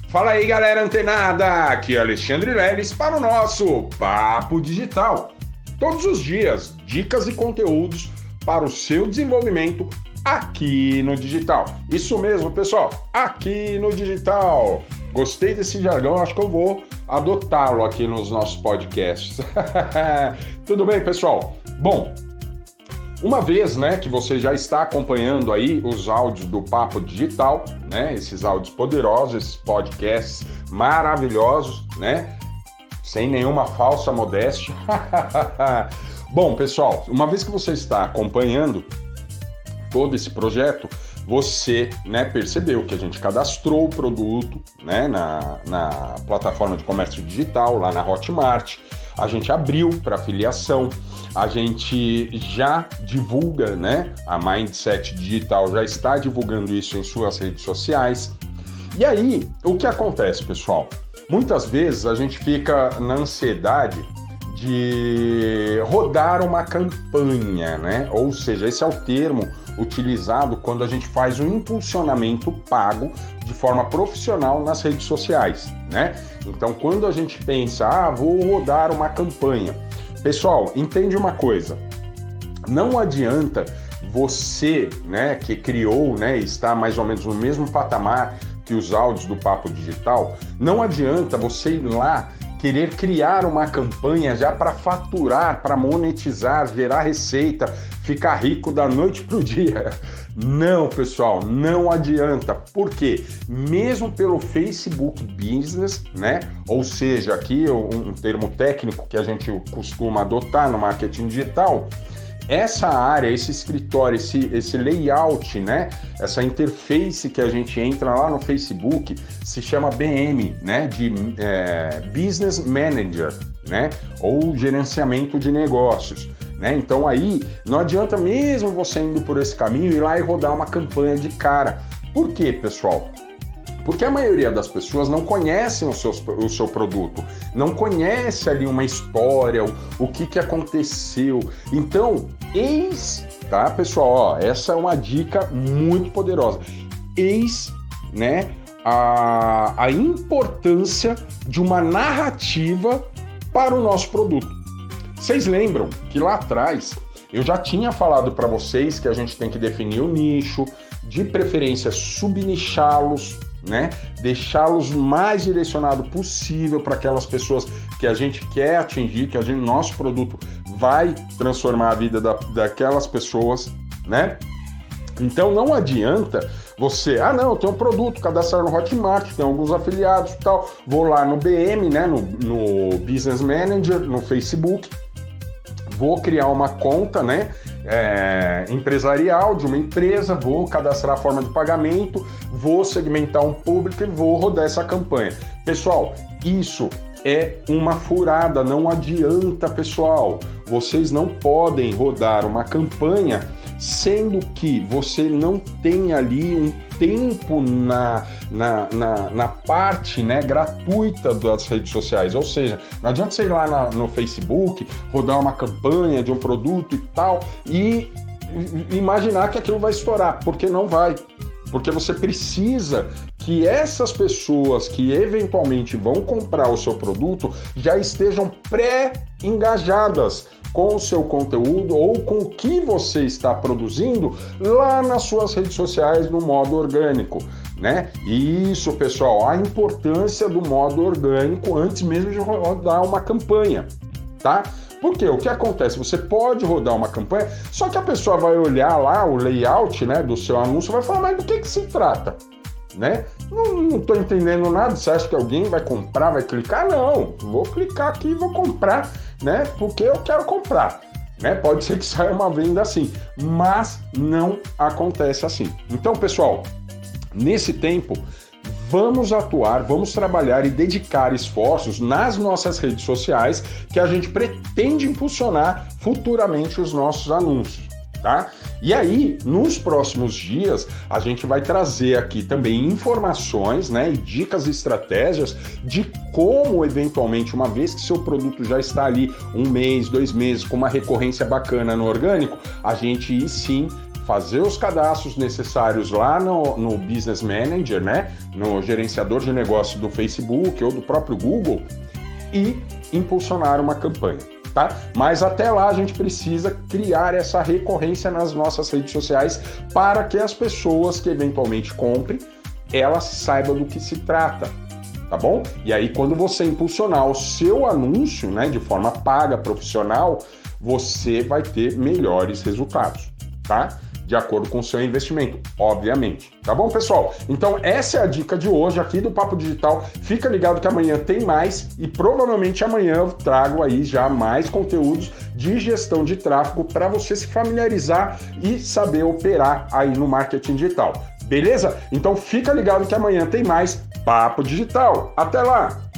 Fala aí, galera antenada! Aqui é Alexandre Leles para o nosso Papo Digital. Todos os dias, dicas e conteúdos para o seu desenvolvimento aqui no digital. Isso mesmo, pessoal, aqui no digital. Gostei desse jargão, acho que eu vou adotá-lo aqui nos nossos podcasts. Tudo bem, pessoal? Bom, uma vez, que você já está acompanhando aí os áudios do Papo Digital, esses áudios poderosos, esses podcasts maravilhosos, sem nenhuma falsa modéstia. Bom, pessoal, uma vez que você está acompanhando todo esse projeto, você, percebeu que a gente cadastrou o produto, na plataforma de comércio digital, lá na Hotmart. A gente abriu para afiliação, a gente já divulga, a Mindset Digital já está divulgando isso em suas redes sociais. E aí, o que acontece, pessoal? Muitas vezes a gente fica na ansiedade de rodar uma campanha, Ou seja, esse é o termo utilizado quando a gente faz um impulsionamento pago de forma profissional nas redes sociais, Então, quando a gente pensa, vou rodar uma campanha. Pessoal, entende uma coisa, não adianta você, que criou, está mais ou menos no mesmo patamar que os áudios do Papo Digital, não adianta você ir lá querer criar uma campanha já para faturar, para monetizar, gerar receita, ficar rico da noite para o dia. Não, pessoal, não adianta. Por quê? Mesmo pelo Facebook Business, Ou seja, aqui um termo técnico que a gente costuma adotar no marketing digital, essa área, esse escritório, esse layout, Essa interface que a gente entra lá no Facebook se chama BM, de Business Manager, Ou gerenciamento de negócios, Então aí não adianta mesmo você indo por esse caminho ir lá e rodar uma campanha de cara. Por quê, pessoal? Porque a maioria das pessoas não conhecem o seu produto, não conhece ali uma história, o que aconteceu. Então, tá, pessoal? Essa é uma dica muito poderosa. A importância de uma narrativa para o nosso produto. Vocês lembram que lá atrás eu já tinha falado para vocês que a gente tem que definir o nicho, de preferência subnichá-los, deixá-los mais direcionado possível para aquelas pessoas que a gente quer atingir, que nosso produto vai transformar a vida daquelas pessoas, Então não adianta você, eu tenho um produto, cadastrar no Hotmart, tem alguns afiliados e tal, vou lá no BM, no Business Manager, no Facebook, vou criar uma conta, empresarial de uma empresa, vou cadastrar a forma de pagamento, vou segmentar um público e vou rodar essa campanha. Pessoal, isso é uma furada, não adianta, pessoal. Vocês não podem rodar uma campanha sendo que você não tem ali um tempo na parte gratuita das redes sociais. Ou seja, não adianta você ir lá no Facebook, rodar uma campanha de um produto e tal e imaginar que aquilo vai estourar, porque não vai. Porque você precisa que essas pessoas que eventualmente vão comprar o seu produto já estejam pré-engajadas com o seu conteúdo ou com o que você está produzindo lá nas suas redes sociais no modo orgânico, Isso, pessoal, a importância do modo orgânico antes mesmo de rodar uma campanha, tá? Porque o que acontece? Você pode rodar uma campanha, só que a pessoa vai olhar lá o layout, do seu anúncio e vai falar, mas do que se trata? Não estou entendendo nada. Você acha que alguém vai comprar, vai clicar? Não, vou clicar aqui e vou comprar, porque eu quero comprar. Pode ser que saia uma venda assim, mas não acontece assim. Então, pessoal, nesse tempo, vamos atuar, vamos trabalhar e dedicar esforços nas nossas redes sociais que a gente pretende impulsionar futuramente os nossos anúncios, tá? E aí, nos próximos dias, a gente vai trazer aqui também informações, e dicas e estratégias de como, eventualmente, uma vez que seu produto já está ali 1 mês, 2 meses, com uma recorrência bacana no orgânico, a gente sim fazer os cadastros necessários lá no Business Manager, né? No gerenciador de negócio do Facebook ou do próprio Google e impulsionar uma campanha, tá? Mas até lá a gente precisa criar essa recorrência nas nossas redes sociais para que as pessoas que eventualmente comprem, elas saibam do que se trata, tá bom? E aí quando você impulsionar o seu anúncio, né, de forma paga, profissional, você vai ter melhores resultados, tá? De acordo com o seu investimento, obviamente. Tá bom, pessoal? Então, essa é a dica de hoje aqui do Papo Digital. Fica ligado que amanhã tem mais e provavelmente amanhã eu trago aí já mais conteúdos de gestão de tráfego para você se familiarizar e saber operar aí no marketing digital. Beleza? Então, fica ligado que amanhã tem mais Papo Digital. Até lá!